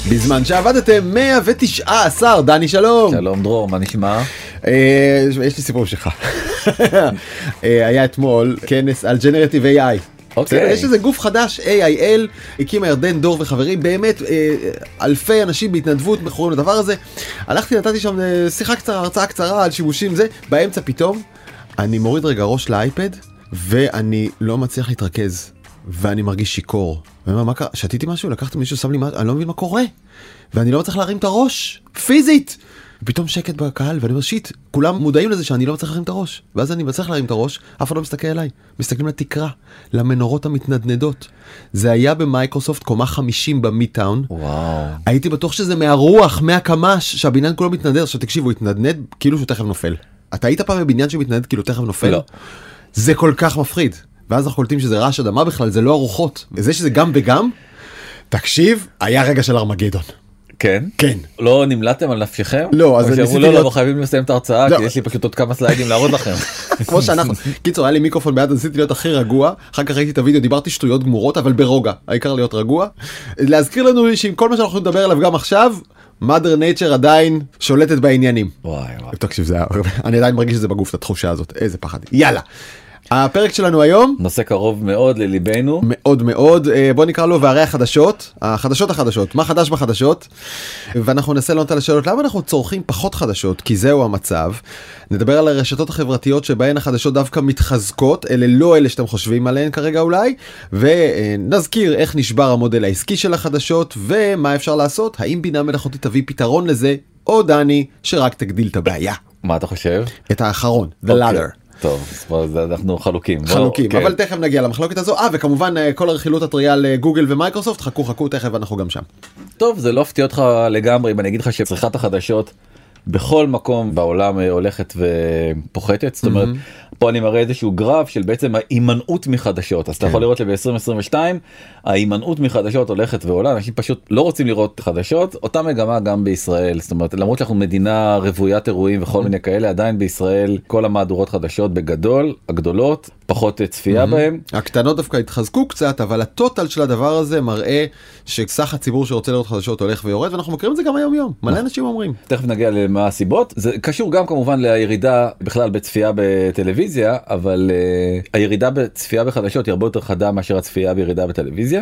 בזמן שעבדתם 119, דני שלום. שלום דרור, מה נשמע? יש לי סיפור שלך. היה אתמול כנס על ג'נרטיב AI. יש איזה גוף חדש, AIL, הקימה ירדן דור וחברים, באמת אלפי אנשים בהתנדבות מכורים לדבר הזה. הלכתי, נתתי שם שיחה קצרה, הרצאה קצרה על שימושים זה, באמצע פתאום אני מוריד רגע ראש לאייפד ואני לא מצליח להתרכז ואני מרגיש שיקור. ומה קרה? שתיתי משהו? לקחתי מישהו, שם לי משהו, אני לא מבין מה קורה ואני לא מצליח להרים את הראש פיזית. פתאום שקט בקהל ואני אומר שיט, כולם מודעים לזה שאני לא מצליח להרים את הראש, ואז אני מצליח להרים את הראש, אף אחד לא מסתכל אליי, מסתכלים לתקרה, למנורות המתנדנדות. זה היה במייקרוסופט קומה 50 במיטאון. וואו. הייתי בטוח שזה מהרוח, מהקמש, שהבניין כולו מתנדנד. עכשיו תקשיבו, התנדנד כאילו שהוא תכף נופל. אתה היית פעם בבניין שמתנדנד כאילו תכף נופל? לא. זה כל כך מפחיד. ואז אנחנו קולטים שזה רעש אדמה בכלל, זה לא הרוחות. וזה שזה גם וגם, תקשיב, היה רגע של ארמגדון. כן? כן. לא נמלטתם על נפשכם? לא, אז אני ניסיתי להיות... לא, חייבים לסיים את ההרצאה, כי יש לי פשוט עוד כמה סליידים להראות לכם. כמו שאנחנו, קיצור, היה לי מיקרופון ביד, ניסיתי להיות הכי רגוע, אחר כך ראיתי את הוידאו, דיברתי שטויות גמורות, אבל ברוגע, העיקר להיות רגוע. להזכיר לנו שעם כל מה שאנחנו נדבר עליו גם עכשיו, mother nature עדיין שולטת בעניינים. וואי וואי. תקשיב, אני עדיין מרגיש שזה בגוף, את התחושה הזאת, איזה פחד. יאללה. הפרק שלנו היום נושא קרוב מאוד לליבנו, מאוד מאוד. בוא נקרא לו וערי החדשות, החדשות, מה חדש בחדשות, ואנחנו ננסה לענות על השאלות למה אנחנו צורכים פחות חדשות, כי זהו המצב. נדבר על הרשתות החברתיות שבהן החדשות דווקא מתחזקות, אלה לא אלה שאתם חושבים עליהן כרגע אולי, ונזכיר איך נשבר המודל העסקי של החדשות ומה אפשר לעשות, האם בינה מלאכותית תביא פתרון לזה, או דני שרק תגדיל את הבעיה. מה אתה חושב? את האחרון, the latter. טוב, אז אנחנו חלוקים, אבל תכף נגיע למחלוקת הזו. וכמובן כל הרכילות הטריה לגוגל ומייקרוסופט, חכו תכף, אנחנו גם שם. טוב, זה לא הפתיע אותך לגמרי אם אני אגיד לך שצריכת החדשות בכל מקום בעולם הולכת ופוחתת. זאת אומרת, פה אני מראה איזשהו גרף של בעצם ההימנעות מחדשות. אז אתה יכול לראות שב-2022 ההימנעות מחדשות הולכת ועולה, אנשים פשוט לא רוצים לראות חדשות. אותה מגמה גם בישראל, זאת אומרת, למרות שאנחנו מדינה רוויית אירועים וכל מיני כאלה, עדיין בישראל כל המהדורות חדשות בגדול, הגדולות, פחות צפייה בהם. הקטנות דווקא התחזקו קצת, אבל הטוטל של הדבר הזה מראה שסך הציבור שרוצה לראות חדשות הולך ויורד, ואנחנו מכירים את זה גם היום יום. מלא אנשים אומרים. תכף נגיע למה הסיבות. זה קשור גם כמובן לירידה בכלל בצפייה בטלוויזיה, אבל הירידה בצפייה בחדשות היא הרבה יותר חדה מאשר הצפייה בירידה בטלוויזיה.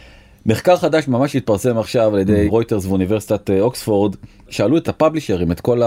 מחקר חדש ממש התפרסם עכשיו על ידי רויטרס ואוניברסיטת אוקספורד, שאלו את הפאבלישרים, את כל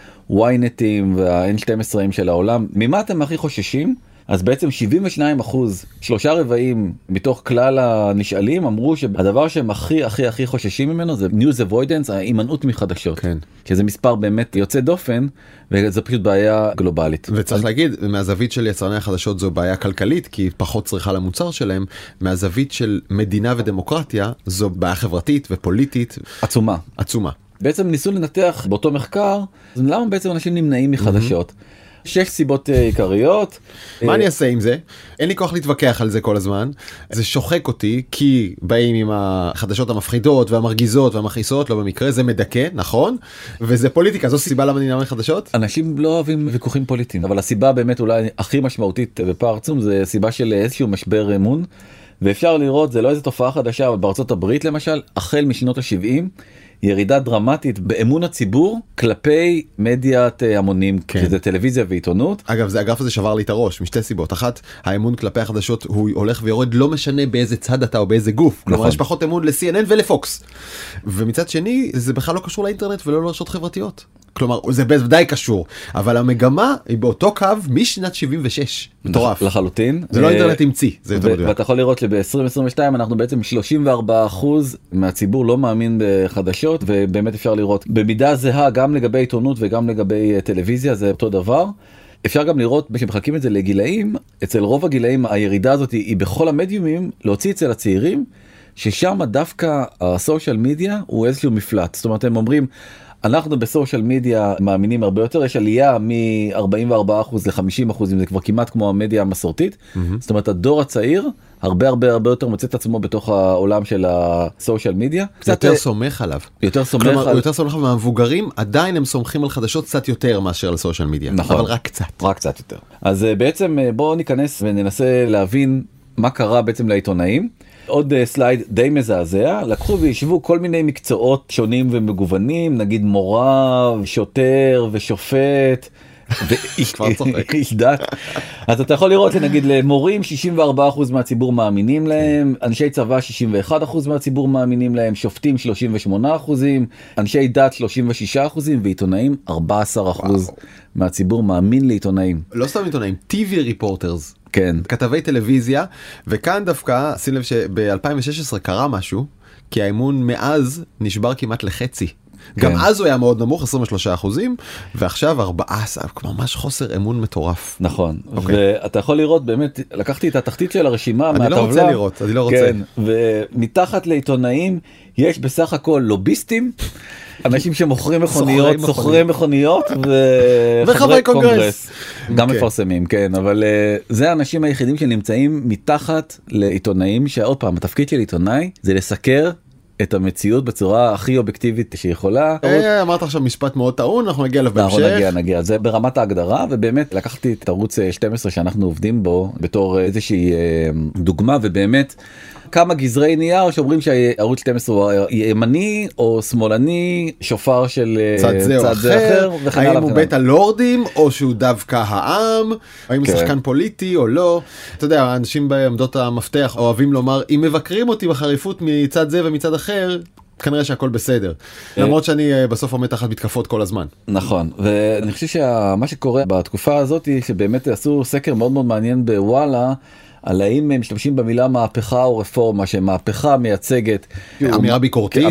ה-ynetim וה-N12 של העולם, ממה אתם הכי חוששים? אז בעצם 72%, 3/4 מתוך כלל הנשאלים אמרו שהדבר שהם הכי חוששים ממנו זה news avoidance, ההימנעות מחדשות. כן. שזה מספר באמת יוצא דופן, וזה פשוט בעיה גלובלית. וצריך להגיד, מהזווית של יצרני החדשות זו בעיה כלכלית, כי פחות צריכה למוצר שלהם, מהזווית של מדינה ודמוקרטיה, זו בעיה חברתית ופוליטית. עצומה. בעצם ניסו לנתח באותו מחקר, אז למה בעצם אנשים נמנעים מחדשות? 6 סיבות עיקריות. מה אני אעשה עם זה? אין לי כוח להתווכח על זה כל הזמן. זה שוחק אותי, כי באים עם החדשות המפחידות והמרגיזות והמכעיסות, לא במקרה, זה מדכא, נכון? וזה פוליטיקה, זו סיבה למה אני נמנע מחדשות? אנשים לא אוהבים ויכוחים פוליטיים, אבל הסיבה באמת אולי הכי משמעותית בפער עצום, זה סיבה של איזשהו משבר אמון, ואפשר לראות, זה לא איזו תופעה חדשה, אבל בארצות הברית למשל, החל משנות ה-70, ירידה דרמטית באמון הציבור כלפי מדיית המונים, שזה טלוויזיה ועיתונות. אגב, זה הגרף הזה שבר לי את הראש, משתי סיבות. אחת, האמון כלפי החדשות הוא הולך ויורד, לא משנה באיזה צד אתה או באיזה גוף. כלומר, יש פחות אמון ל-CNN ולפוקס. ומצד שני, זה בכלל לא קשור לאינטרנט ולא לרשתות חברתיות. כלומר, זה בוודאי קשור, אבל המגמה היא באותו קו משנת 76. מטורף. לחלוטין. זה לא אינטרנט המציא, זה יותר מדויק. ואתה יכול לראות שב-2022 אנחנו בעצם 34% מהציבור לא מאמין בחדשות, ובאמת אפשר לראות במידה זהה גם לגבי עיתונות וגם לגבי טלוויזיה, זה אותו דבר. אפשר גם לראות, כשמחלקים את זה לגילאים, אצל רוב הגילאים הירידה הזאת היא בכל המדיומים, להוציא אצל הצעירים, ששם דווקא הסושיאל מדיה הוא איזשהו מפלט. זאת אומרת, הם אומרים, אנחנו בסושיאל מדיה מאמינים הרבה יותר, יש עלייה מ-44% ל-50%, זה כבר כמעט כמו המדיה המסורתית. זאת אומרת, הדור הצעיר הרבה יותר מוצא את עצמו בתוך העולם של הסושיאל מדיה. יותר סומך עליו. יותר סומך כלומר, הוא יותר סומך מהמבוגרים, עדיין הם סומכים על חדשות קצת יותר מאשר לסושיאל מדיה. נכון. אבל רק קצת. רק קצת יותר. אז בעצם בואו ניכנס וננסה להבין מה קרה בעצם לעיתונאים. עוד סלייד די מזעזע, לקחו וישבו כל מיני מקצועות שונים ומגוונים, נגיד מורה, שוטר ושופט, איש דת. אז אתה יכול לראות שנגיד למורים 64% מהציבור מאמינים להם, אנשי צבא 61% מהציבור מאמינים להם, שופטים 38%, אנשי דת 36% ועיתונאים 14% מהציבור מאמין לעיתונאים. לא סתם עיתונאים, TV ריפורטרס. כן. כתבי טלוויזיה, וכאן דווקא, שים לב שב-2016 קרה משהו, כי האמון מאז נשבר כמעט לחצי. גם אז הוא היה מאוד נמוך, 23%, ועכשיו 14, ממש חוסר אמון מטורף. נכון, ואתה יכול לראות באמת, לקחתי את התחתית של הרשימה מהטבלה. אני לא רוצה לראות, אני לא רוצה. כן, ומתחת לעיתונאים יש בסך הכל לוביסטים, אנשים שמוכרים מכוניות, סוחרים מכוניות, וחברי קונגרס. גם מפרסמים, כן, אבל זה האנשים היחידים שנמצאים מתחת לעיתונאים, שעוד פעם, התפקיד של עיתונאי זה לסקר את המציאות בצורה הכי אובייקטיבית שיכולה. אמרת עכשיו משפט מאוד טעון, אנחנו נגיע אליו בהמשך. נגיע, זה ברמת ההגדרה, ובאמת לקחתי את ערוץ 12 שאנחנו עובדים בו בתור איזושהי דוגמה, ובאמת כמה גזרי נייר שאומרים שערוץ 12 הוא ימני או שמאלני, שופר של צד זה או אחר, האם הוא בית הלורדים או שהוא דווקא העם, האם הוא שחקן פוליטי או לא. אתה יודע, האנשים בעמדות המפתח אוהבים לומר, אם מבקרים אותי בחריפות מצד זה ומצד אחר, כנראה שהכל בסדר. למרות שאני בסוף עומד תחת מתקפות כל הזמן. נכון, ואני חושב שמה שקורה בתקופה הזאת, שבאמת עשו סקר מאוד מאוד מעניין בוואלה, על האם הם משתמשים במילה מהפכה או רפורמה, שמהפכה מייצגת אמירה ביקורתית,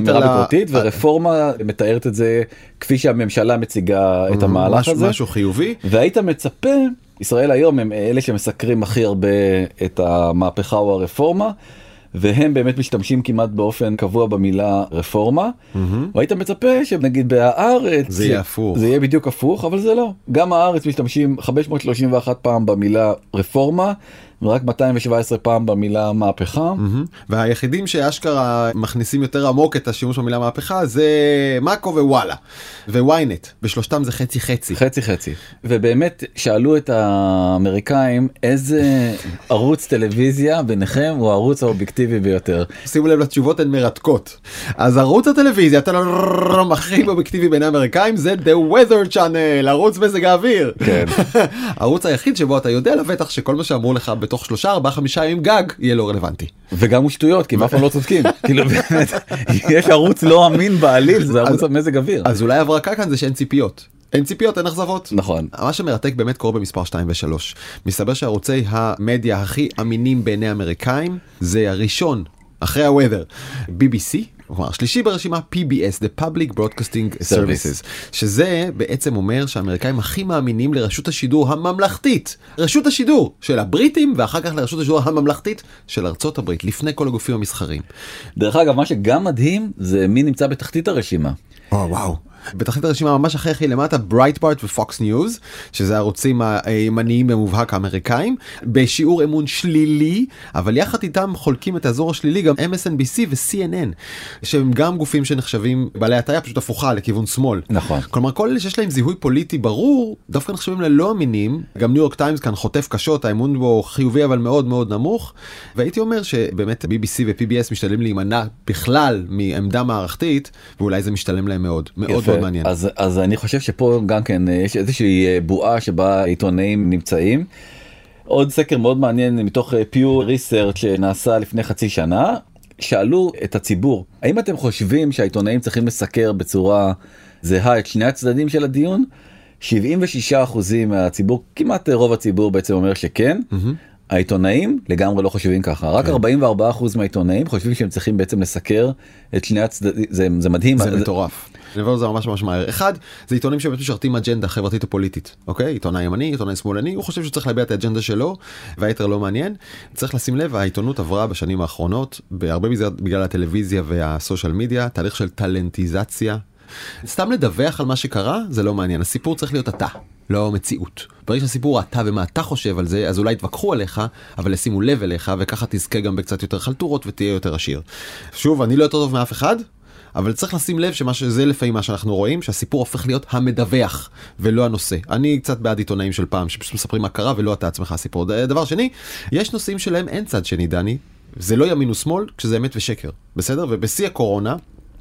ורפורמה מתארת את זה כפי שהממשלה מציגה את המהלך הזה. משהו חיובי. והיית מצפה, ישראל היום הם אלה שמסקרים הכי הרבה את המהפכה או הרפורמה, והם באמת משתמשים כמעט באופן קבוע במילה רפורמה, והיית מצפה שנגיד בהארץ זה יהיה הפוך. זה יהיה בדיוק הפוך, אבל זה לא. גם הארץ משתמשים 531 פעם במילה רפורמה, ורק 217 פעם במילה מהפכה. והיחידים שאשכרה מכניסים יותר עמוק את השימוש במילה מהפכה זה מאקו ווואלה וויינט, בשלושתם זה חצי חצי. חצי חצי. ובאמת שאלו את האמריקאים איזה ערוץ טלוויזיה ביניכם הוא הערוץ האובייקטיבי ביותר. שימו לב לתשובות, הן מרתקות. אז ערוץ הטלוויזיה הכי אובייקטיבי בין האמריקאים זה The Weather Channel, ערוץ מזג האוויר. כן. הערוץ היחיד שבו אתה יודע לבטח שכל מה שאמרו לך בתוך 3-4-5 ימים גג יהיה לא רלוונטי. וגם הוא שטויות, כי אף פעם לא צודקים. כאילו באמת, יש ערוץ לא אמין בעליל, זה ערוץ המזג אוויר. אז אולי הברקה כאן זה שאין ציפיות. אין ציפיות, אין אכזבות. נכון. מה שמרתק באמת קורה במספר 2 ו3. מסתבר שערוצי המדיה הכי אמינים בעיני האמריקאים זה הראשון, אחרי ה-Weather, BBC, כלומר, שלישי ברשימה PBS, The Public Broadcasting Services, שזה בעצם אומר שהאמריקאים הכי מאמינים לרשות השידור הממלכתית, רשות השידור של הבריטים, ואחר כך לרשות השידור הממלכתית של ארצות הברית, לפני כל הגופים המסחרים. דרך אגב, מה שגם מדהים זה מי נמצא בתחתית הרשימה. וואו. בתחתית הרשימה ממש אחרי הכי למטה, ברייטפארט ופוקס ניוז, שזה הערוצים הימניים במובהק האמריקאים, בשיעור אמון שלילי, אבל יחד איתם חולקים את האזור השלילי גם MSNBC ו-CNN, שהם גם גופים שנחשבים בעלי הטיה פשוט הפוכה לכיוון שמאל. נכון. כלומר, כל אלה שיש להם זיהוי פוליטי ברור, דווקא נחשבים ללא אמינים, גם ניו יורק טיימס כאן חוטף קשות, האמון בו חיובי אבל מאוד מאוד נמוך, והייתי אומר שבאמת BBC ו-PBS משתלם להימנע בכלל מעמדה מערכתית, ואולי זה משתלם להם מאוד, מאוד מאוד מעניין. אז אני חושב שפה גם כן יש איזושהי בועה שבה עיתונאים נמצאים. עוד סקר מאוד מעניין מתוך פיו ריסרצ' שנעשה לפני חצי שנה, שאלו את הציבור, האם אתם חושבים שהעיתונאים צריכים לסקר בצורה זהה את שני הצדדים של הדיון? 76% מהציבור, כמעט רוב הציבור בעצם אומר שכן. העיתונאים לגמרי לא חושבים ככה, רק 44% מהעיתונאים חושבים שהם צריכים בעצם לסקר את שני הצדדים. זה מדהים. זה מטורף. נעבור זה ממש ממש מהר. אחד, זה עיתונים שבאמת משרתים אג'נדה חברתית או פוליטית, אוקיי? עיתונאי ימני, עיתונאי שמאלני, הוא חושב שצריך להביע את האג'נדה שלו, והיתר לא מעניין. צריך לשים לב, העיתונות עברה בשנים האחרונות, בהרבה בגלל הטלוויזיה והסושיאל מדיה, תהליך של טלנטיזציה. סתם לדווח על מה שקרה, זה לא מעניין. הסיפור צריך להיות אתה, לא מציאות. ברגע שהסיפור אתה ומה אתה חושב על זה, אז אולי תווכחו עליך, אבל ישימו לב אליך, וככה תזכה גם בקצת יותר חלטורות ותהיה יותר עשיר. שוב, אני לא יותר טוב מאף אחד, אבל צריך לשים לב שזה לפעמים מה שאנחנו רואים, שהסיפור הופך להיות המדווח ולא הנושא. אני קצת בעד עיתונאים של פעם, שפשוט מספרים מה קרה ולא אתה עצמך הסיפור. דבר שני, יש נושאים שלהם אין צד שני, דני, זה לא ימין ושמאל, כשזה אמת ושקר, בסדר? ובשיא הקורונה,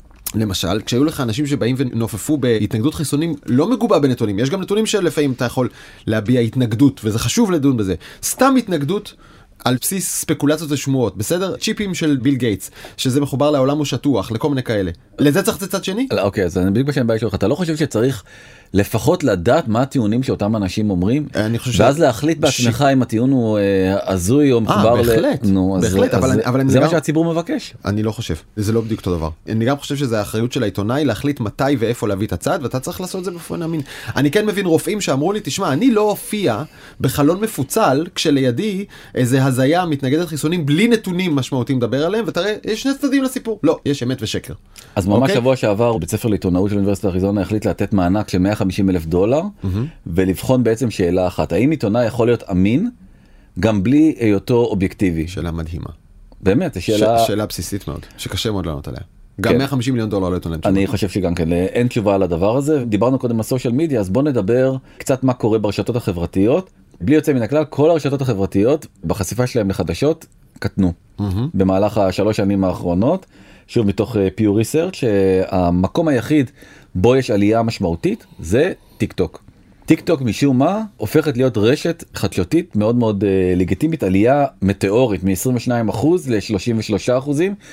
למשל, כשהיו לך אנשים שבאים ונופפו בהתנגדות חיסונים, לא מגובה בנתונים. יש גם נתונים שלפעמים אתה יכול להביע התנגדות, וזה חשוב לדון בזה. סתם התנגדות על בסיס ספקולציות ושמועות, בסדר? צ'יפים של ביל גייטס, שזה מחובר לעולם ושטוח, לכל מיני כאלה. לזה צריך לצד שני? אוקיי, אז אני בדיוק בשם בעיה שלך. אתה לא חושב שצריך לפחות לדעת מה הטיעונים שאותם אנשים אומרים? אני חושב ואז להחליט בעצמך אם הטיעון הוא הזוי או מחובר בהחלט, אבל זה מה שהציבור מבקש. אני לא חושב, זה לא בדיוק אותו דבר. אני גם חושב שזה האחריות של העיתונאי להחליט מתי ואיפה להביא את הצד, ואתה צריך לעשות את זה בפון אמין. אני כן מבין רופאים שאמרו לי, תשמע, אני לא הופיע בחלון מפוצל, כשלידי איזה הזיה מתנגדת חיסונים בלי נתונים משמעותיים לדבר עליהם, ותראה, יש שני צדדים לסיפור. לא, יש אמת ושקר. אז ממש שבוע שעבר, בית ספר לעיתונאות של אוניברסיטת אריזונה החליט לתת מענק של $150,000 ולבחון בעצם שאלה אחת, האם עיתונאי יכול להיות אמין גם בלי היותו אובייקטיבי? שאלה מדהימה. באמת, שאלה בסיסית מאוד, שקשה מאוד לענות עליה. גם $150 מיליון לא עיתונאים. אני חושב שגם כן, אין תשובה על הדבר הזה. דיברנו קודם על סושיאל מדיה, אז בוא נדבר קצת מה קורה ברשתות החברתיות. בלי יוצא מן הכלל, כל הרשתות החברתיות בחשיפה שלהם לחדשות קטנו במהלך 3 שנים האחרונות. שוב מתוך פיור ריסרצ' שהמקום היחיד בו יש עלייה משמעותית זה טיק טוק. טיק טוק משום מה הופכת להיות רשת חדשותית מאוד מאוד לגיטימית, עלייה מטאורית מ-22% ל-33%.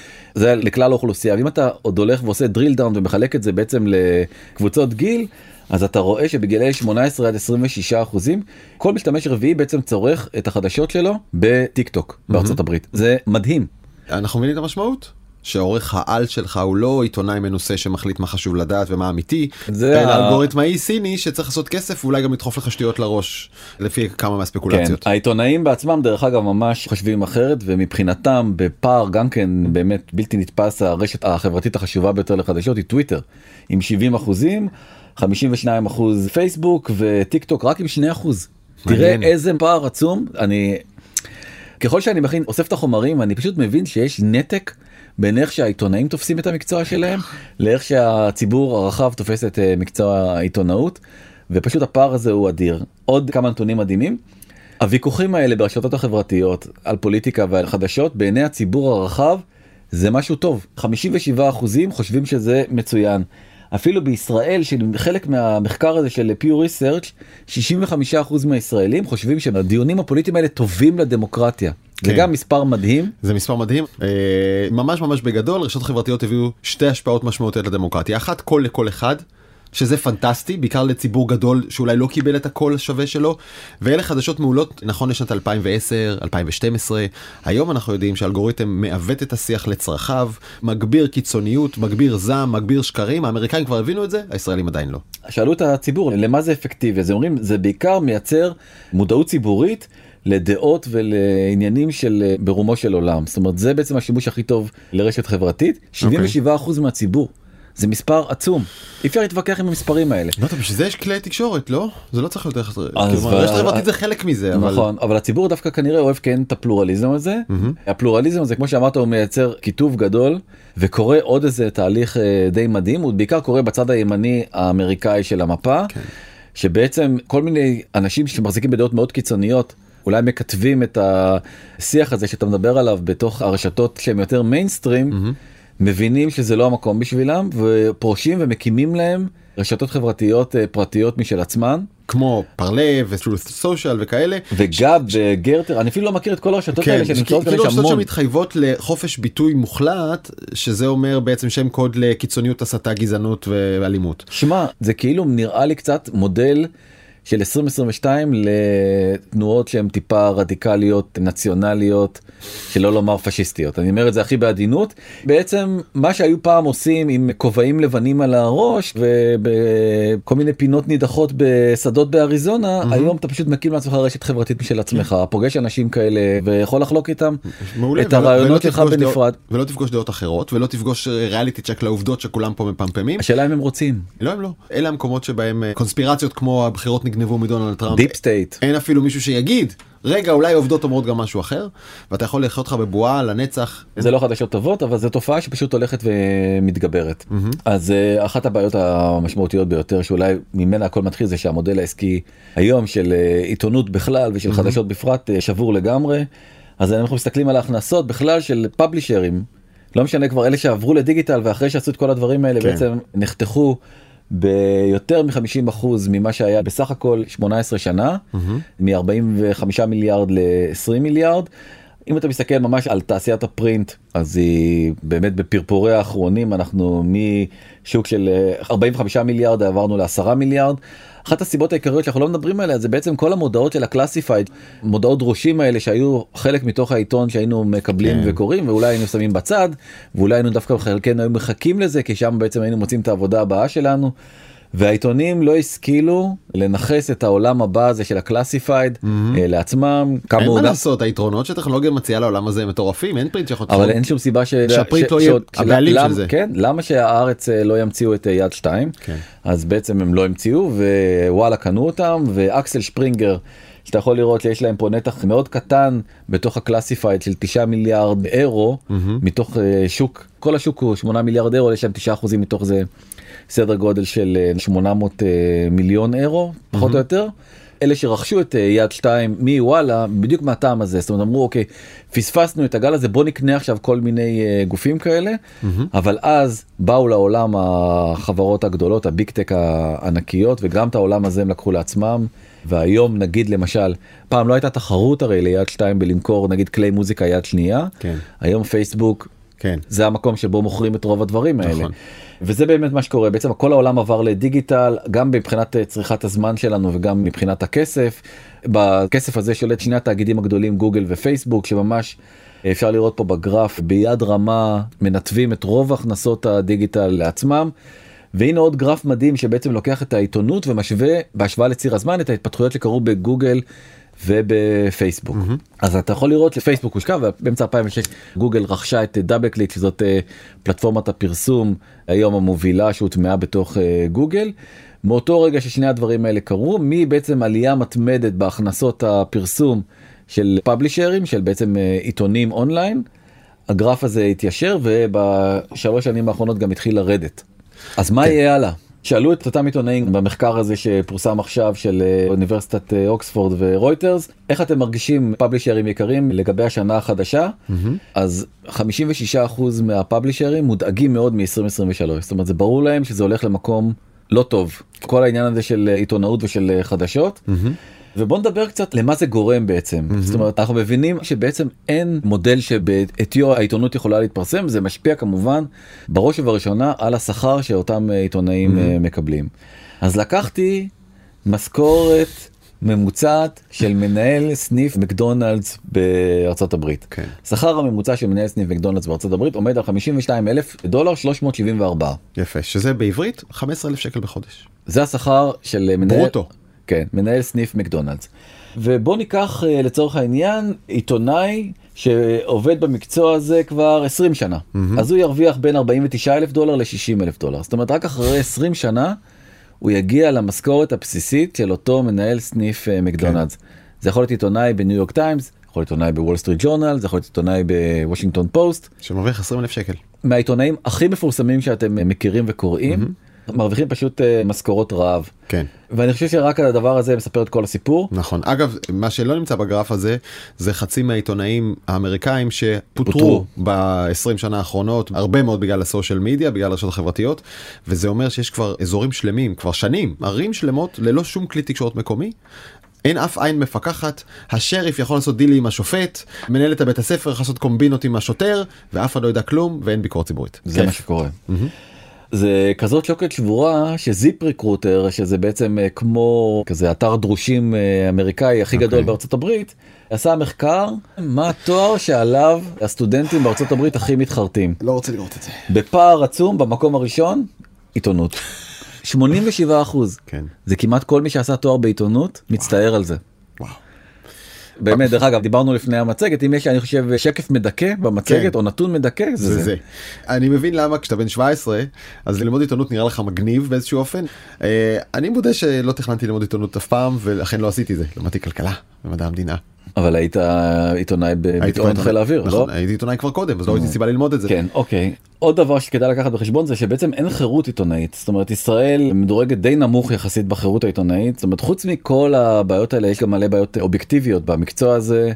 זה לכלל האוכלוסייה. ואם אתה עוד הולך ועושה דריל דאון ומחלק את זה בעצם לקבוצות גיל, אז אתה רואה שבגילאי 18 עד 26% כל משתמש רביעי בעצם צורך את החדשות שלו בטיק טוק בארצות הברית. זה מדהים. אנחנו מבינים את המשמעות? שהעורך העל שלך הוא לא עיתונאי מנוסה שמחליט מה חשוב לדעת ומה אמיתי, אלא אלגוריתמאי סיני שצריך לעשות כסף ואולי גם לדחוף לך שטויות לראש לפי כמה מהספקולציות. כן, העיתונאים בעצמם דרך אגב ממש חושבים אחרת, ומבחינתם בפער גם כן באמת בלתי נתפס, הרשת החברתית החשובה ביותר לחדשות היא טוויטר, עם 70%, 52% פייסבוק וטיק טוק רק עם 2%. תראה איזה פער עצום. ככל שאני מכין, אוסף את החומרים, אני פשוט מבין שיש נתק בין איך שהעיתונאים תופסים את המקצוע שלהם, לאיך שהציבור הרחב תופס את מקצוע העיתונאות, ופשוט הפער הזה הוא אדיר. עוד כמה נתונים מדהימים. הוויכוחים האלה ברשתות החברתיות, על פוליטיקה ועל חדשות, בעיני הציבור הרחב, זה משהו טוב. 57% חושבים שזה מצוין. אפילו בישראל, שחלק מהמחקר הזה של פיור ריסרצ' 65% מהישראלים חושבים שהדיונים הפוליטיים האלה טובים לדמוקרטיה. זה גם מספר מדהים. זה מספר מדהים. ממש ממש בגדול, רשתות חברתיות הביאו 2 השפעות משמעותיות לדמוקרטיה. אחת, קול לכל אחד, שזה פנטסטי, בעיקר לציבור גדול שאולי לא קיבל את הקול השווה שלו, ואלה חדשות מעולות נכון לשנת 2010, 2012. היום אנחנו יודעים שהאלגוריתם מעוות את השיח לצרכיו, מגביר קיצוניות, מגביר זעם, מגביר שקרים. האמריקאים כבר הבינו את זה, הישראלים עדיין לא. שאלו את הציבור, למה זה אפקטיבי? אז אומרים, זה בעיקר מייצר מודעות ציבורית לדעות ולעניינים של ברומו של עולם. זאת אומרת, זה בעצם השימוש הכי טוב לרשת חברתית. 77% מהציבור. זה מספר עצום. אי אפשר להתווכח עם המספרים האלה. לא, בשביל זה יש כלי תקשורת, לא? זה לא צריך להיות איך... רשת חברתית זה חלק מזה, אבל... נכון, אבל הציבור דווקא כנראה אוהב כן את הפלורליזם הזה. הפלורליזם הזה, כמו שאמרת, הוא מייצר כיתוב גדול, וקורה עוד איזה תהליך די מדהים, הוא בעיקר קורה בצד הימני האמריקאי של המפה, שבעצם כל מיני אנשים שמחזיקים בדעות מאוד קיצוניות, אולי מכתבים את השיח הזה שאתה מדבר עליו בתוך הרשתות שהן יותר מיינסטרים, מבינים שזה לא המקום בשבילם, ופרושים ומקימים להם רשתות חברתיות פרטיות משל עצמן. כמו פרלה ו-Truth Social וכאלה. וגב וגרטר, אני אפילו לא מכיר את כל הרשתות האלה שנמצאות כאלה, יש המון. כאילו רשתות שמתחייבות לחופש ביטוי מוחלט, שזה אומר בעצם שם קוד לקיצוניות, הסתה, גזענות ואלימות. שמה, זה כאילו נראה לי קצת מודל של 2022 לתנועות שהן טיפה רדיקליות, נציונליות, שלא לומר פשיסטיות. אני אומר את זה הכי בעדינות. בעצם מה שהיו פעם עושים עם כובעים לבנים על הראש ובכל מיני פינות נידחות בשדות באריזונה, היום אתה פשוט מקים לעצמך רשת חברתית משל עצמך, פוגש אנשים כאלה ויכול לחלוק איתם את הרעיונות שלך בנפרד. ולא תפגוש דעות אחרות, ולא תפגוש ריאליטי צ'ק לעובדות שכולם פה מפמפמים. השאלה אם הם רוצים. לא, הם לא. אלה המקומות שבהם קונספירציות כמו הבחירות נגנבו מדונלד טראמפ. דיפ סטייט. אין אפילו מישהו שיגיד, רגע, אולי עובדות אומרות גם משהו אחר, ואתה יכול לחיות לך בבועה לנצח. זה לא חדשות טובות, אבל זו תופעה שפשוט הולכת ומתגברת. אז אחת הבעיות המשמעותיות ביותר, שאולי ממנה הכל מתחיל, זה שהמודל העסקי היום של עיתונות בכלל ושל חדשות בפרט שבור לגמרי. אז אנחנו מסתכלים על ההכנסות בכלל של פאבלישרים, לא משנה כבר אלה שעברו לדיגיטל ואחרי שעשו את כל הדברים האלה בעצם נחתכו ביותר מ-50% ממה שהיה בסך הכל 18 שנה, מ-45 מיליארד ל-20 מיליארד. אם אתה מסתכל ממש על תעשיית הפרינט, אז היא באמת בפרפורי האחרונים, אנחנו משוק של 45 מיליארד עברנו ל10 מיליארד. אחת הסיבות העיקריות שאנחנו לא מדברים עליה זה בעצם כל המודעות של הקלאסיפייד, מודעות דרושים האלה שהיו חלק מתוך העיתון שהיינו מקבלים וקוראים, ואולי היינו שמים בצד, ואולי היינו דווקא חלקנו היו מחכים לזה, כי שם בעצם היינו מוצאים את העבודה הבאה שלנו. והעיתונים לא השכילו לנחס את העולם הבא הזה של הקלאסיפייד לעצמם. אין מה לעשות, היתרונות שטכנולוגיה מציעה לעולם הזה הם מטורפים, אין פרינט שיכול... אבל אין שום סיבה שהפרינט לא יהיה הבעלים של זה. כן, למה שהארץ לא ימציאו את יד 2? אז בעצם הם לא המציאו, ווואלה קנו אותם, ואקסל שפרינגר, שאתה יכול לראות שיש להם פה נתח מאוד קטן בתוך הקלאסיפייד של 9 מיליארד אירו, מתוך שוק, כל השוק הוא 8 מיליארד אירו, יש להם 9% מתוך זה. סדר גודל של 800 מיליון אירו, פחות או יותר. אלה שרכשו את יד 2 מוואלה, בדיוק מהטעם הזה. זאת אומרת, אמרו, אוקיי, פספסנו את הגל הזה, בוא נקנה עכשיו כל מיני גופים כאלה. אבל אז באו לעולם החברות הגדולות, הביג טק הענקיות, וגם את העולם הזה הם לקחו לעצמם. והיום נגיד למשל, פעם לא הייתה תחרות הרי ליד 2 בלמכור, נגיד כלי מוזיקה יד שנייה. היום פייסבוק, זה המקום שבו מוכרים את רוב הדברים האלה. וזה באמת מה שקורה, בעצם כל העולם עבר לדיגיטל, גם מבחינת צריכת הזמן שלנו וגם מבחינת הכסף. בכסף הזה שולט שני התאגידים הגדולים, גוגל ופייסבוק, שממש אפשר לראות פה בגרף, ביד רמה מנתבים את רוב הכנסות הדיגיטל לעצמם. והנה עוד גרף מדהים שבעצם לוקח את העיתונות ומשווה בהשוואה לציר הזמן את ההתפתחויות שקרו בגוגל ובפייסבוק. אז אתה יכול לראות שפייסבוק הושקע, ובאמצע 2006 גוגל רכשה את דאבל קליק, שזאת פלטפורמת הפרסום היום המובילה שהוטמעה בתוך גוגל. מאותו רגע ששני הדברים האלה קרו, בעצם עלייה מתמדת בהכנסות הפרסום של פאבלישרים, של בעצם עיתונים אונליין, הגרף הזה התיישר, ובשלוש שנים האחרונות גם התחיל לרדת. אז מה יהיה הלאה? שאלו את אותם עיתונאים במחקר הזה שפורסם עכשיו של אוניברסיטת אוקספורד ורויטרס, איך אתם מרגישים פאבלישרים יקרים לגבי השנה החדשה? אז 56% מהפאבלישרים מודאגים מאוד מ-2023. זאת אומרת, זה ברור להם שזה הולך למקום לא טוב. כל העניין הזה של עיתונאות ושל חדשות. ובוא נדבר קצת למה זה גורם בעצם. זאת אומרת, אנחנו מבינים שבעצם אין מודל שבעטיו העיתונות יכולה להתפרסם, זה משפיע כמובן בראש ובראשונה על השכר שאותם עיתונאים מקבלים. אז לקחתי משכורת ממוצעת של מנהל סניף מקדונלדס בארצות הברית. שכר הממוצע של מנהל סניף מקדונלדס בארצות הברית עומד על $52,374. יפה, שזה בעברית 15,000 שקל בחודש. זה השכר של מנהל... ברוטו. כן, מנהל סניף מקדונלדס. ובוא ניקח לצורך העניין עיתונאי שעובד במקצוע הזה כבר 20 שנה. אז הוא ירוויח בין $49,000 ל-$60,000. זאת אומרת, רק אחרי 20 שנה הוא יגיע למשכורת הבסיסית של אותו מנהל סניף מקדונלדס. זה יכול להיות עיתונאי בניו יורק טיימס, יכול להיות עיתונאי בוול סטריט ג'ורנל, זה יכול להיות עיתונאי בוושינגטון פוסט. שמרוויח 20,000 שקל. מהעיתונאים הכי מפורסמים שאתם מכירים וקוראים, מרוויחים פשוט משכורות רעב. כן. ואני חושב שרק הדבר הזה מספר את כל הסיפור. נכון. אגב, מה שלא נמצא בגרף הזה, זה חצי מהעיתונאים האמריקאים שפוטרו ב-20 שנה האחרונות, הרבה מאוד בגלל הסושיאל מדיה, בגלל הרשתות החברתיות, וזה אומר שיש כבר אזורים שלמים, כבר שנים, ערים שלמות, ללא שום כלי תקשורת מקומי. אין אף עין מפקחת, השריף יכול לעשות דילי עם השופט, מנהלת הבית הספר יכול לעשות קומבינות עם השוטר, ואף אחד לא יודע כלום, ואין ביקורת ציבורית. זה מה שקורה. זה כזאת שוקת שבורה שזיפ ריקרוטר, שזה בעצם כמו כזה אתר דרושים אמריקאי הכי גדול בארצות הברית, עשה מחקר מה התואר שעליו הסטודנטים בארצות הברית הכי מתחרטים. לא רוצה לראות את זה. בפער עצום במקום הראשון, עיתונות. 87%. כן. זה כמעט כל מי שעשה תואר בעיתונות מצטער על זה. וואו. באמת, דרך אגב, דיברנו לפני המצגת, אם יש, אני חושב, שקף מדכא במצגת, או נתון מדכא, זה זה. אני מבין למה כשאתה בן 17, אז ללמוד עיתונות נראה לך מגניב באיזשהו אופן. אני מודה שלא תכננתי ללמוד עיתונות אף פעם, ולכן לא עשיתי זה. למדתי כלכלה במדע המדינה. אבל היית עיתונאי בעיתון חיל האוויר, נכון, הייתי עיתונאי כבר קודם, אז לא הייתי סיבה ללמוד את זה. כן, אוקיי. עוד דבר שכדאי לקחת בחשבון זה שבעצם אין חירות עיתונאית. זאת אומרת, ישראל מדורגת די נמוך יחסית בחירות העיתונאית. זאת אומרת, חוץ מכל הבעיות האלה, יש גם מלא בעיות אובייקטיביות במקצוע הזה.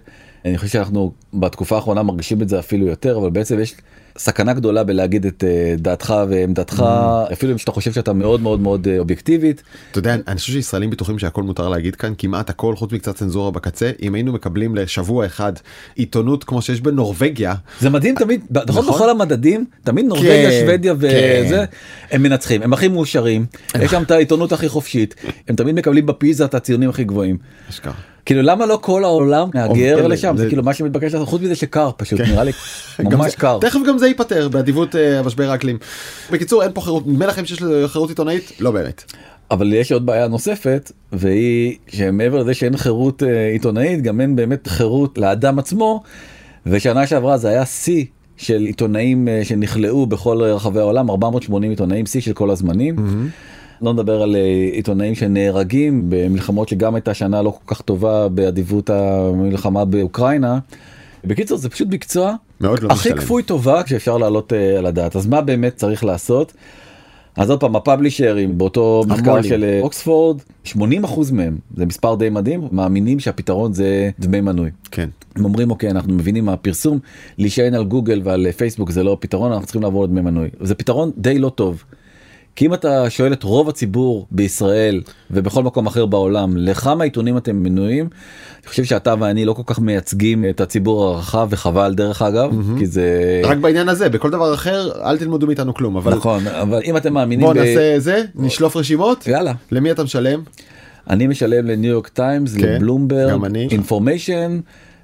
אני חושב שאנחנו בתקופה האחרונה מרגישים את זה אפילו יותר, אבל בעצם יש סכנה גדולה בלהגיד את דעתך ועמדתך, אפילו אם שאתה חושב שאתה מאוד מאוד מאוד אובייקטיבית. אתה יודע, אני חושב שישראלים בטוחים שהכל מותר להגיד כאן, כמעט הכל חוץ מקצת צנזורה בקצה. אם היינו מקבלים לשבוע אחד עיתונות כמו שיש בנורווגיה. זה מדהים תמיד, בכל המדדים, תמיד נורווגיה, שוודיה וזה, הם מנצחים, הם הכי מאושרים, יש שם את העיתונות הכי חופשית, הם תמיד מקבלים בפיזה את הציונים הכי גבוהים. כאילו למה לא כל העולם מהגר לשם, זה כאילו מה שמתבקש לעשות, חוץ מזה שקר פשוט, נראה לי ממש קר. תכף גם זה ייפטר באדיבות משבר האקלים. בקיצור, אין פה חירות, נדמה לכם שיש חירות עיתונאית? לא באמת. אבל יש עוד בעיה נוספת, והיא שמעבר לזה שאין חירות עיתונאית, גם אין באמת חירות לאדם עצמו, ושנה שעברה זה היה שיא של עיתונאים שנכלאו בכל רחבי העולם, 480 עיתונאים, שיא של כל הזמנים. לא נדבר על עיתונאים שנהרגים במלחמות שגם הייתה שנה לא כל כך טובה באדיבות המלחמה באוקראינה. בקיצור, זה פשוט מקצוע הכי כפוי טובה כשאפשר לעלות על הדעת. אז מה באמת צריך לעשות? אז עוד פעם, הפאבלישרים באותו מחקר של אוקספורד, 80% מהם, זה מספר די מדהים, מאמינים שהפתרון זה דמי מנוי. כן. הם אומרים, אוקיי, אנחנו מבינים מהפרסום, להישען על גוגל ועל פייסבוק זה לא הפתרון, אנחנו צריכים לעבור לדמי מנוי. זה פתרון די לא טוב. כי אם אתה שואל את רוב הציבור בישראל ובכל מקום אחר בעולם, לכמה עיתונים אתם מנויים, אני חושב שאתה ואני לא כל כך מייצגים את הציבור הרחב, וחבל דרך אגב, כי זה... רק בעניין הזה, בכל דבר אחר, אל תלמדו מאיתנו כלום. אבל... נכון, אבל אם אתם מאמינים... בוא נעשה זה, נשלוף רשימות. יאללה. למי אתה משלם? אני משלם לניו יורק טיימס, לבלומברג, אינפורמיישן,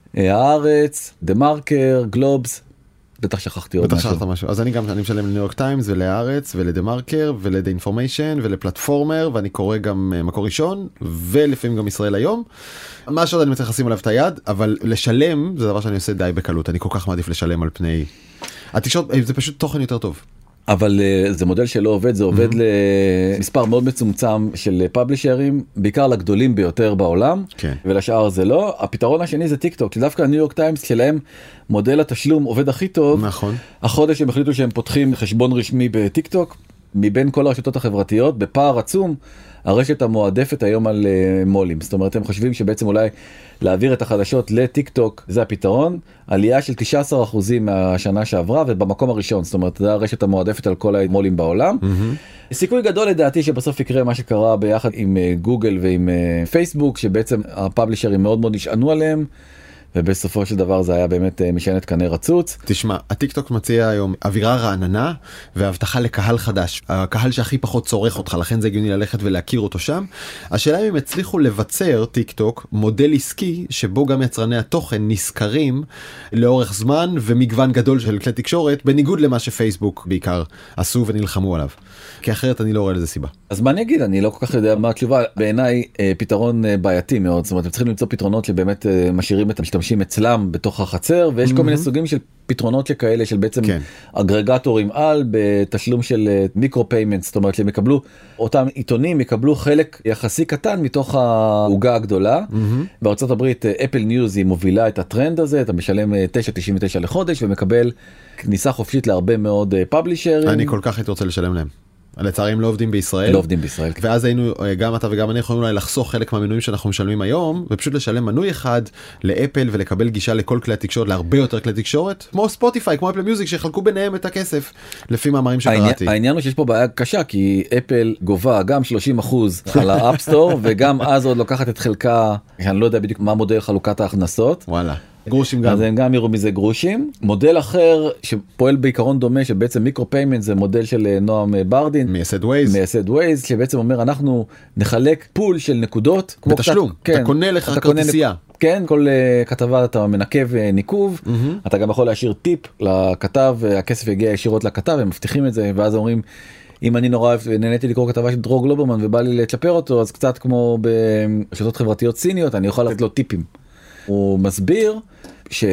הארץ, דה מרקר, גלובס. בטח שכחתי עוד משהו. אז אני משלם לניו יורק טיימס ולהארץ ולדה מרקר ולדה אינפורמיישן ולפלטפורמר, ואני קורא גם מקור ראשון ולפעמים גם ישראל היום. מה שעוד אני מצליח לשים עליו את היד, אבל לשלם זה דבר שאני עושה די בקלות. אני כל כך מעדיף לשלם על פני התקשורת, זה פשוט תוכן יותר טוב. אבל זה מודל שלא עובד, זה עובד למספר מאוד מצומצם של פאבלישרים, בעיקר לגדולים ביותר בעולם, ולשאר זה לא. הפתרון השני זה טיק טוק, שדווקא הניו יורק טיימס שלהם מודל התשלום עובד הכי טוב. נכון. החודש הם החליטו שהם פותחים חשבון רשמי בטיק טוק, מבין כל הרשתות החברתיות, בפער עצום, הרשת המועדפת היום על מולים. זאת אומרת, הם חושבים שבעצם אולי להעביר את החדשות לטיק טוק זה הפתרון, עלייה של 19% מהשנה שעברה, ובמקום הראשון, זאת אומרת, זה הרשת המועדפת על כל המולים בעולם. סיכוי גדול לדעתי שבסוף יקרה מה שקרה ביחד עם גוגל ועם פייסבוק, שבעצם הפאבלישרים מאוד מאוד נשענו עליהם, ובסופו של דבר זה היה באמת משענת קנה רצוץ. תשמע, הטיקטוק מציע היום אווירה רעננה והבטחה לקהל חדש, הקהל שהכי פחות צורך אותך, לכן זה הגיוני ללכת ולהכיר אותו שם. השאלה אם הם הצליחו לבצר טיקטוק מודל עסקי שבו גם יצרני התוכן נזכרים לאורך זמן ומגוון גדול של כלי תקשורת, בניגוד למה שפייסבוק בעיקר עשו ונלחמו עליו. כי אחרת אני לא רואה לזה סיבה. אז מה אני אגיד? אני לא כל כך יודע מה התשובה. בעיניי פתרון בעייתי מאוד. זאת אומרת, הם צריכים למצוא פתרונות שבאמת משאירים את המשתמשים אצלם בתוך החצר, ויש כל מיני סוגים של פתרונות שכאלה של בעצם אגרגטורים על בתשלום של מיקרו פיימנט. זאת אומרת, שהם יקבלו, אותם עיתונים יקבלו חלק יחסי קטן מתוך העוגה הגדולה. בארצות הברית, אפל ניוז היא מובילה את הטרנד הזה, אתה משלם 9.99 לחודש ומקבל כניסה חופשית להרבה מאוד פאבלישרים. אני כל כך הייתי רוצה לשלם להם. לצערי הם לא עובדים בישראל. לא עובדים בישראל. ואז היינו, גם אתה וגם אני יכולים אולי לחסוך חלק מהמנויים שאנחנו משלמים היום, ופשוט לשלם מנוי אחד לאפל ולקבל גישה לכל כלי התקשורת, להרבה יותר כלי תקשורת, כמו ספוטיפיי, כמו אפל מיוזיק, שיחלקו ביניהם את הכסף, לפי מאמרים שקראתי. העניין הוא שיש פה בעיה קשה, כי אפל גובה גם 30% על האפסטור, וגם אז עוד לוקחת את חלקה, אני לא יודע בדיוק מה מודל חלוקת ההכנסות. וואלה. גרושים גם. אז הם גם יראו מזה גרושים. מודל אחר שפועל בעיקרון דומה, שבעצם מיקרו פיימנט זה מודל של נועם ברדין. מייסד ווייז. שבעצם אומר אנחנו נחלק פול של נקודות. בתשלום. אתה קונה לך כרטיסייה. כן, כל כתבה אתה מנקב ניקוב. אתה גם יכול להשאיר טיפ לכתב, הכסף יגיע ישירות לכתב, הם מבטיחים את זה, ואז אומרים, אם אני נורא נהניתי לקרוא כתבה של דרור גלוברמן ובא לי לצ'פר אותו, אז קצת כמו ברשתות חברתיות סיניות, אני יכול לתת לו טיפים. הוא מסביר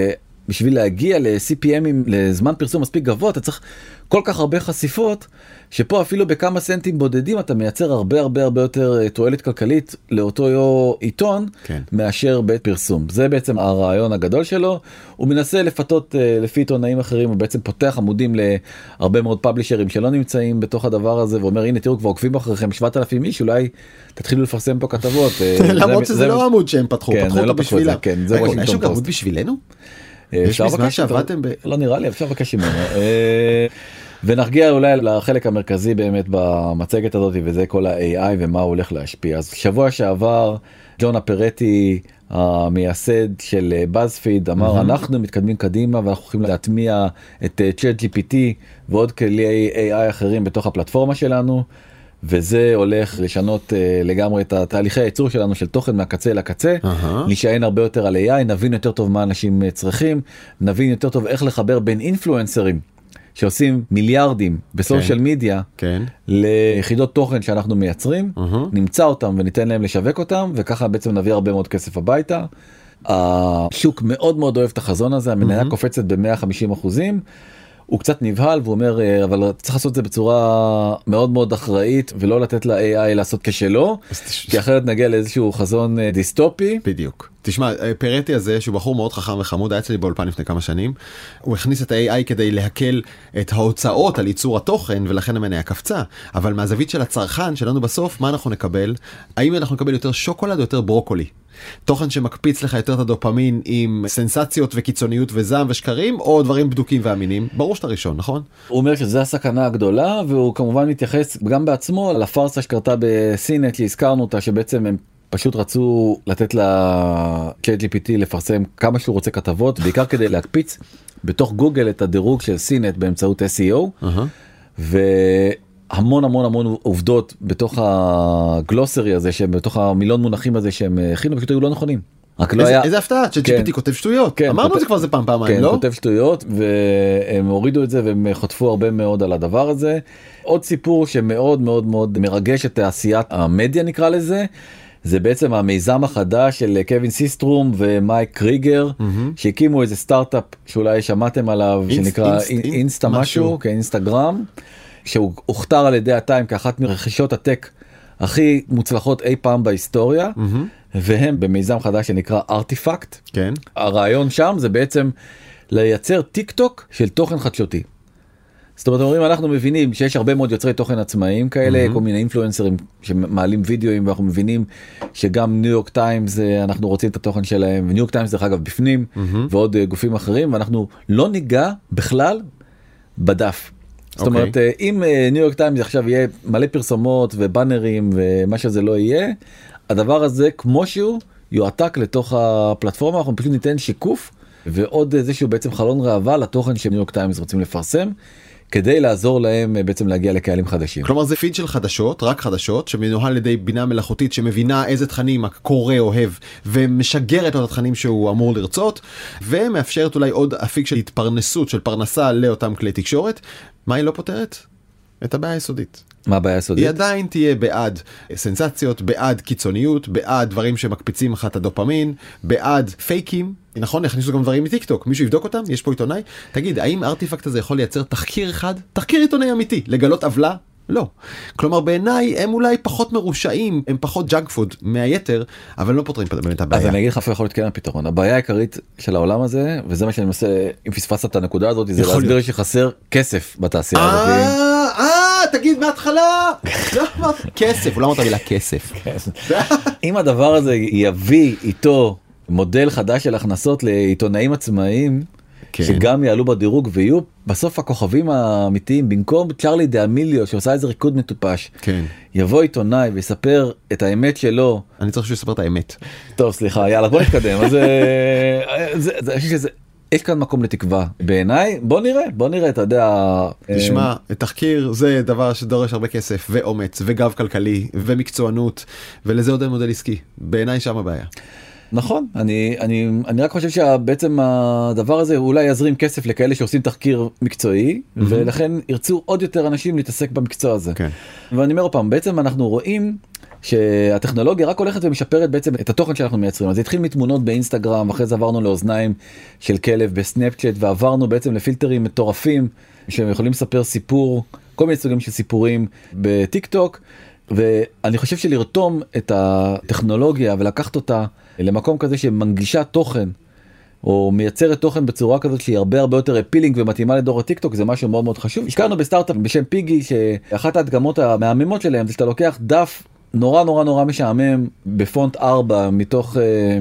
בשביל להגיע ל-CPMים לזמן פרסום מספיק גבוה, אתה צריך כל כך הרבה חשיפות, שפה אפילו בכמה סנטים בודדים אתה מייצר הרבה הרבה הרבה יותר תועלת כלכלית לאותו עיתון, כן. מאשר בית פרסום. זה בעצם הרעיון הגדול שלו. הוא מנסה לפתות לפי עיתונאים אחרים, הוא בעצם פותח עמודים להרבה מאוד פאבלישרים שלא נמצאים בתוך הדבר הזה, ואומר, הנה תראו, כבר עוקבים אחריכם 7,000 איש, אולי תתחילו לפרסם פה כתבות. למרות שזה לא עמוד שהם פתחו, פתחו אותו בשבילה. כן, זה וושינגטון פוסט. יש עמוד בשבילנו? יש מזמן שעבדתם לא נראה לי, אפשר לבקש ממנו. ונרגיע אולי לחלק המרכזי באמת במצגת הזאת, וזה כל ה-AI ומה הוא הולך להשפיע. אז שבוע שעבר, ג'ון אפרטי, המייסד של BuzzFeed, אמר, אנחנו מתקדמים קדימה, ואנחנו הולכים להטמיע את ChatGPT ועוד כלי AI אחרים בתוך הפלטפורמה שלנו, וזה הולך לשנות לגמרי את התהליכי הייצור שלנו של תוכן מהקצה לקצה, נשען הרבה יותר על AI, נבין יותר טוב מה אנשים צריכים, נבין יותר טוב איך לחבר בין אינפלואנסרים, שעושים מיליארדים בסושיאל מדיה, ליחידות תוכן שאנחנו מייצרים, נמצא אותם וניתן להם לשווק אותם, וככה בעצם נביא הרבה מאוד כסף הביתה. השוק מאוד מאוד אוהב את החזון הזה, המניה קופצת ב-150%, הוא קצת נבהל והוא אומר, אבל צריך לעשות את זה בצורה מאוד מאוד אחראית, ולא לתת ל-AI לעשות כשלו, כי אחרת נגיע לאיזשהו חזון דיסטופי. בדיוק. תשמע, פרטי הזה, שהוא בחור מאוד חכם וחמוד, היה אצלי באולפן לפני כמה שנים, הוא הכניס את ה-AI כדי להקל את ההוצאות על ייצור התוכן, ולכן המניה קפצה. אבל מהזווית של הצרכן שלנו בסוף, מה אנחנו נקבל? האם אנחנו נקבל יותר שוקולד או יותר ברוקולי? תוכן שמקפיץ לך יותר את הדופמין עם סנסציות וקיצוניות וזעם ושקרים, או דברים בדוקים ואמינים? ברור שאתה ראשון, נכון? הוא אומר שזה הסכנה הגדולה, והוא כמובן מתייחס גם בעצמו לפרסה שקרתה בסינט, שהזכרנו אותה, שבעצם הם פשוט רצו לתת ל-ChatGPT לפרסם כמה שהוא רוצה כתבות, בעיקר כדי להקפיץ בתוך גוגל את הדירוג של סינט באמצעות SEO, והמון המון המון עובדות בתוך הגלוסרי הזה, בתוך המילון מונחים הזה שהם הכינו, פשוט היו לא נכונים. איזה הפתעה, ChatGPT כותב שטויות. אמרנו את זה כבר זה פעמיים, לא? כן, כותב שטויות, והם הורידו את זה והם חוטפו הרבה מאוד על הדבר הזה. עוד סיפור שמאוד מאוד מאוד מרגש את תעשיית המדיה נקרא לזה, זה בעצם המיזם החדש של קווין סיסטרום ומייק קריגר, שהקימו איזה סטארט-אפ שאולי שמעתם עליו, שנקרא אינסטה משהו, כאינסטגרם, שהוא הוכתר על ידי הטיים כאחת מרכישות הטק הכי מוצלחות אי פעם בהיסטוריה, והם במיזם חדש שנקרא ארטיפקט. כן. הרעיון שם זה בעצם לייצר טיק טוק של תוכן חדשותי. זאת אומרת, אומרים, אנחנו מבינים שיש הרבה מאוד יוצרי תוכן עצמאיים כאלה, כל מיני אינפלואנסרים שמעלים וידאוים, ואנחנו מבינים שגם ניו יורק טיימס, אנחנו רוצים את התוכן שלהם, וניו יורק טיימס דרך אגב בפנים, ועוד גופים אחרים, ואנחנו לא ניגע בכלל בדף. זאת אומרת, אם ניו יורק טיימס עכשיו יהיה מלא פרסומות ובאנרים ומה שזה לא יהיה, הדבר הזה כמו שהוא יועתק לתוך הפלטפורמה, אנחנו פשוט ניתן שיקוף, ועוד איזשהו בעצם חלון ראווה לתוכן שניו יורק טיימס רוצים לפרסם, כדי לעזור להם בעצם להגיע לקהלים חדשים. כלומר זה פיד של חדשות, רק חדשות, שמנוהל על ידי בינה מלאכותית שמבינה איזה תכנים הקורא אוהב, ומשגרת את התכנים שהוא אמור לרצות, ומאפשרת אולי עוד אפיק של התפרנסות, של פרנסה לאותם כלי תקשורת. מה היא לא פותרת? את הבעיה היסודית. מה הבעיה היסודית? היא עדיין תהיה בעד סנסציות, בעד קיצוניות, בעד דברים שמקפיצים לך את הדופמין, בעד פייקים. נכון, הכניסו גם דברים מטיקטוק, מישהו יבדוק אותם, יש פה עיתונאי. תגיד, האם הארטיפקט הזה יכול לייצר תחקיר אחד? תחקיר עיתונאי אמיתי, לגלות עוולה? לא. כלומר, בעיניי הם אולי פחות מרושעים, הם פחות ג'אנק פוד מהיתר, אבל לא פותרים באמת הבעיה. אז אני אגיד לך איפה יכול להיות כן הפתרון. הבעיה העיקרית של העולם הזה, וזה מה שאני מנסה, אם פספסת את הנקודה הזאת, זה להסביר שחסר כסף בתעשייה הזאת. תגיד מההתחלה, כסף, אולי אמרת מילה כסף. אם הדבר הזה יביא איתו מודל חדש של הכנסות לעיתונאים עצמאיים, שגם יעלו בדירוג ויהיו בסוף הכוכבים האמיתיים, במקום צ'רלי דאמיליו שעושה איזה ריקוד מטופש, יבוא עיתונאי ויספר את האמת שלו. אני צריך שהוא יספר את האמת. טוב, סליחה, יאללה, בוא נתקדם. יש כאן מקום לתקווה בעיניי, בוא נראה, אתה יודע. תשמע, תחקיר זה דבר שדורש הרבה כסף ואומץ וגב כלכלי ומקצוענות, ולזה עוד אין מודל עסקי. בעיניי שם הבעיה. נכון, אני רק חושב שבעצם הדבר הזה אולי יזרים כסף לכאלה שעושים תחקיר מקצועי, ולכן ירצו עוד יותר אנשים להתעסק במקצוע הזה. ואני אומר פעם, בעצם אנחנו רואים שהטכנולוגיה רק הולכת ומשפרת בעצם את התוכן שאנחנו מייצרים. אז זה התחיל מתמונות באינסטגרם, אחרי זה עברנו לאוזניים של כלב בסנאפצ'אט, ועברנו בעצם לפילטרים מטורפים שהם יכולים לספר סיפור, כל מיני סוגים של סיפורים בטיק טוק. ואני חושב שלרתום את הטכנולוגיה ולקחת אותה למקום כזה שמנגישה תוכן, או מייצרת תוכן בצורה כזאת שהיא הרבה יותר אפילינג ומתאימה לדור הטיק טוק, זה משהו מאוד מאוד חשוב. השקענו בסטארט-אפ בשם פיגי, שאחת ההדגמות המהממות שלהם זה שאתה לוקח דף נורא משעמם בפונט 4 מתוך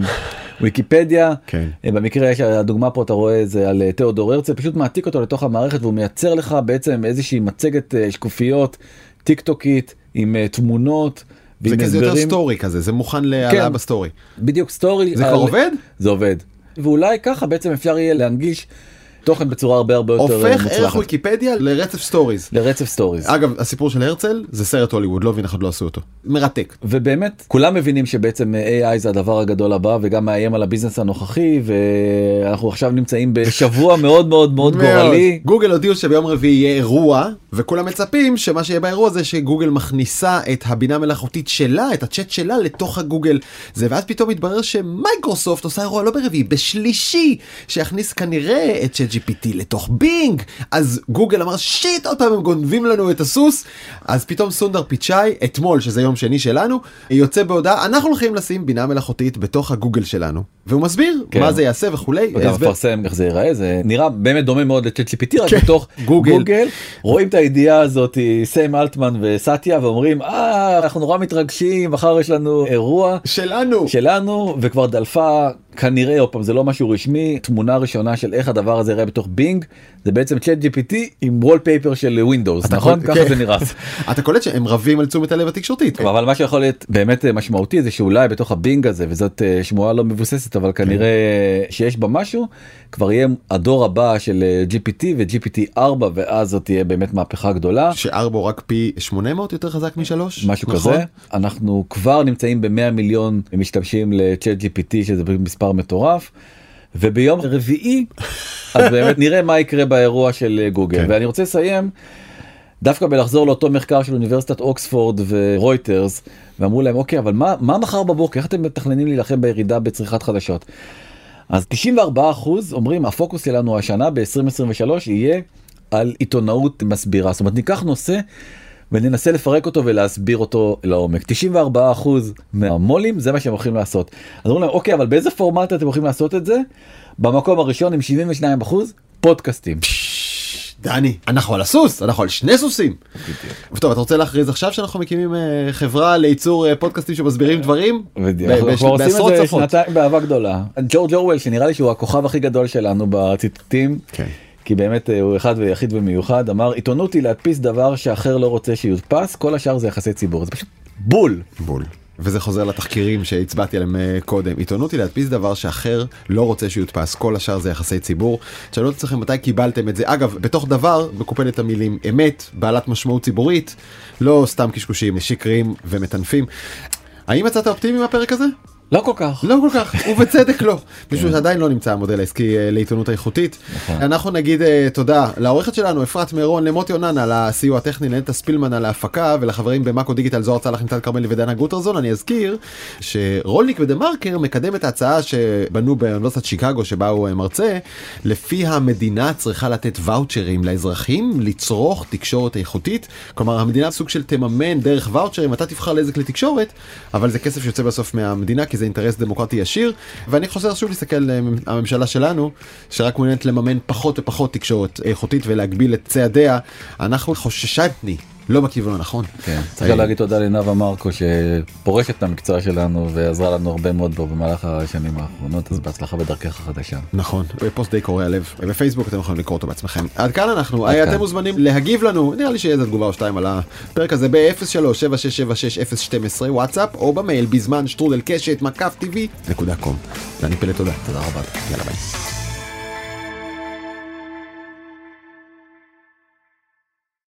ויקיפדיה. כן. במקרה הדוגמה פה אתה רואה זה על תיאודור הרצל, פשוט מעתיק אותו לתוך המערכת והוא מייצר לך בעצם איזושהי מצגת שקופיות טיק טוקית עם תמונות. זה כזה יותר סטורי כזה, זה מוכן להעלה בסטורי. בדיוק סטורי. זה כבר עובד? זה עובד. ואולי ככה בעצם אפשר יהיה להנגיש תוכן בצורה הרבה יותר מוצלחת. הופך ערך ויקיפדיה לרצף סטוריז. לרצף סטוריז. אגב, הסיפור של הרצל זה סרט הוליווד, לא מבין איך עוד לא עשו אותו. מרתק. ובאמת, כולם מבינים שבעצם AI זה הדבר הגדול הבא, וגם מאיים על הביזנס הנוכחי, ואנחנו עכשיו נמצאים בשבוע מאוד גורלי. גוגל הודיעו שביום רביעי יהיה אירוע, וכולם מצפים שמה שיהיה באירוע זה שגוגל מכניסה את הבינה מלאכותית שלה, את הצ'אט שלה לתוך הגוגל. ואז פתאום מתברר שמייקרוסופט עושה אירוע לא ברביעי, בשלישי, שיכניס כנראה את ChatGPT לתוך בינג. אז גוגל אמר שיט, עוד פעם הם גונבים לנו את הסוס. אז פתאום סונדר פיצ'אי, אתמול שזה יום שני שלנו, יוצא בהודעה, אנחנו הולכים לשים בינה מלאכותית בתוך הגוגל שלנו. והוא מסביר מה זה יעשה וכולי. וגם מפרסם איך זה ייראה, זה נראה באמת דומה מאוד ל-ChatGPT, רק בתוך גוגל. רואים את הידיעה הזאת, סם אלטמן וסטיה, ואומרים, אנחנו נורא מתרגשים, מחר יש לנו אירוע. שלנו, וכבר דלפה, כנראה, או פעם, זה לא משהו רשמי, תמונה ראשונה של איך הדבר הזה יראה בתוך בינג, זה בעצם ChatGPT עם וולפייפר של Windows, נכון? ככה זה נראה. אתה קולט שהם רבים על תשומת הלב התקשורתית. אבל מה שיכול להיות באמת משמעותי, זה שאולי בתוך הבינג הזה, וזאת שמועה לא מבוססת, אבל כנראה שיש בה משהו, כבר יהיה הדור הבא של GPT ו-GPT 4, ואז זאת תהיה באמת מהפכה גדולה. ש4 רק פי 800 יותר חזק מ3? משהו כזה. אנחנו כבר נמצאים ב100 מיליון משתמשים ל-ChatGPT, שזה מספר מטורף. וביום רביעי, אז באמת נראה מה יקרה באירוע של גוגל. ואני רוצה לסיים, דווקא בלחזור לאותו מחקר של אוניברסיטת אוקספורד ורויטרס, ואמרו להם, אוקיי, אבל מה מחר בבוקר? איך אתם מתכננים להילחם בירידה בצריכת חדשות? אז 94% אומרים, הפוקוס שלנו השנה ב-2023 יהיה על עיתונאות מסבירה. זאת אומרת, ניקח נושא וננסה לפרק אותו ולהסביר אותו לעומק. 94% מהמולים, זה מה שהם הולכים לעשות. אז אומרים להם, אוקיי, אבל באיזה פורמט אתם הולכים לעשות את זה? במקום הראשון עם 72% פודקאסטים. דני, אנחנו על הסוס, אנחנו על שני סוסים. טוב, אתה רוצה להכריז עכשיו שאנחנו מקימים חברה לייצור פודקאסטים שמסבירים דברים? אנחנו כבר עושים את זה שנתיים באהבה גדולה. ג'ורג' אורוול, שנראה לי שהוא הכוכב הכי גדול שלנו בציטוטים, כי באמת הוא אחד ויחיד ומיוחד, אמר, עיתונות היא להדפיס דבר שאחר לא רוצה שיודפס, כל השאר זה יחסי ציבור. זה פשוט בול. בול. וזה חוזר לתחקירים שהצבעתי עליהם קודם. עיתונות היא להדפיס דבר שאחר לא רוצה שיודפס, כל השאר זה יחסי ציבור. תשאלו את עצמכם מתי קיבלתם את זה. אגב, בתוך דבר מקופלת המילים אמת, בעלת משמעות ציבורית, לא סתם קשקושים, שקרים ומטנפים. האם יצאת אופטימי מהפרק הזה? לא כל כך. לא כל כך, ובצדק לא. בשביל שעדיין לא נמצא המודל העסקי לעיתונות האיכותית. אנחנו נגיד תודה לעורכת שלנו, אפרת מירון, למוטי אונן על הסיוע הטכני, לנטע ספילמן על ההפקה, ולחברים במאקו דיגיטל זוהר צלח, נמטל קרמלי ודנה גוטרזון. אני אזכיר שרולניק ודה מרקר מקדם את ההצעה שבנו באוניברסיטת שיקגו שבה הוא מרצה, לפי המדינה צריכה לתת ואוצ'רים לאזרחים לצרוך תקשורת איכותית. כלומר, המדינה סוג של תממן דרך ואוצ'רים, אתה תבחר לאיזה כלי תקשורת, אבל זה כסף שיוצא בסוף מהמדינה, כי זה אינטרס דמוקרטי ישיר. ואני חוזר שוב להסתכל על הממשלה שלנו, שרק מעוניינת לממן פחות ופחות תקשורת איכותית ולהגביל את צעדיה. אנחנו חוששתני, לא בכיוון הנכון. כן, צריך להגיד תודה לנאווה מרקו שפורשת את המקצוע שלנו ועזרה לנו הרבה מאוד בו במהלך השנים האחרונות, אז בהצלחה בדרכך החדשה. נכון, פוסט די קורא הלב, בפייסבוק אתם יכולים לקרוא אותו בעצמכם. עד כאן אנחנו, אתם מוזמנים להגיב לנו, נראה לי שיהיה איזה תגובה או שתיים על הפרק הזה ב-03-7676-012 וואטסאפ, או במייל בזמן שטרודל קשת מקף tv.com. ואני פלט תודה. תודה רבה. יאללה ביי.